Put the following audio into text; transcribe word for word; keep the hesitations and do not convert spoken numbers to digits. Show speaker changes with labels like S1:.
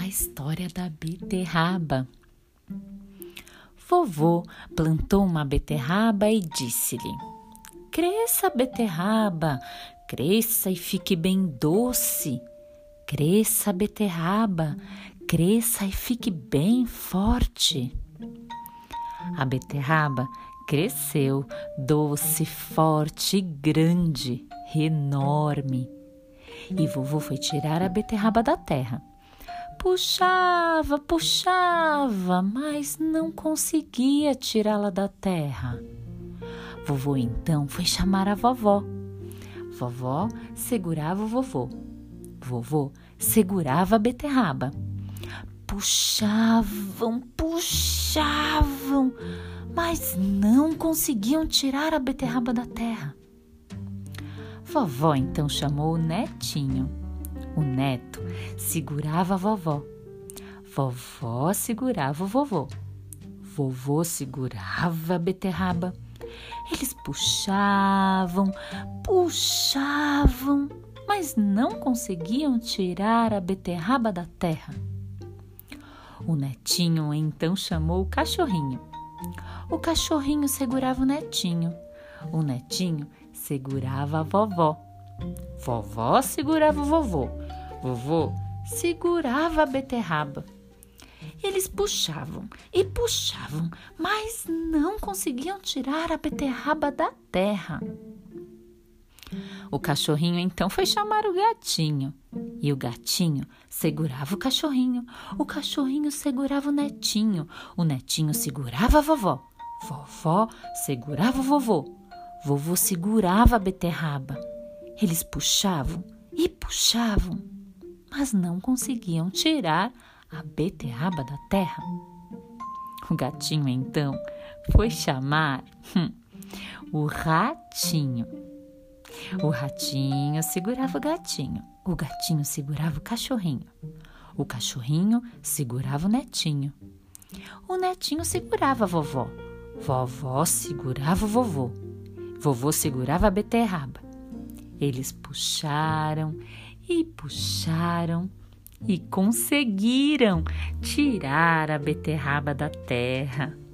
S1: A história da beterraba. Vovô plantou uma beterraba e disse-lhe: Cresça, beterraba, cresça e fique bem doce. Cresça, beterraba, cresça e fique bem forte. A beterraba cresceu, doce, forte, grande, enorme. E vovô foi tirar a beterraba da terra. Puxava, puxava, mas não conseguia tirá-la da terra. Vovô então foi chamar a vovó. Vovó segurava o vovô. Vovô segurava a beterraba. Puxavam, puxavam, mas não conseguiam tirar a beterraba da terra. Vovó então chamou o netinho. O neto segurava a vovó. Vovó segurava o vovô. Vovô segurava a beterraba. Eles puxavam, puxavam, mas não conseguiam tirar a beterraba da terra. O netinho então chamou o cachorrinho. O cachorrinho segurava o netinho. O netinho segurava a vovó. Vovó segurava o vovô. Vovô segurava a beterraba. Eles puxavam e puxavam, mas não conseguiam tirar a beterraba da terra. O cachorrinho então foi chamar o gatinho. E o gatinho segurava o cachorrinho. O cachorrinho segurava o netinho. O netinho segurava a vovó. Vovó segurava o vovô. Vovô segurava a beterraba. Eles puxavam e puxavam, mas não conseguiam tirar a beterraba da terra. O gatinho então foi chamar hum, o ratinho. O ratinho segurava o gatinho. O gatinho segurava o cachorrinho. O cachorrinho segurava o netinho. O netinho segurava a vovó. Vovó segurava o vovô. Vovô segurava a beterraba. Eles puxaram e puxaram e conseguiram tirar a beterraba da terra.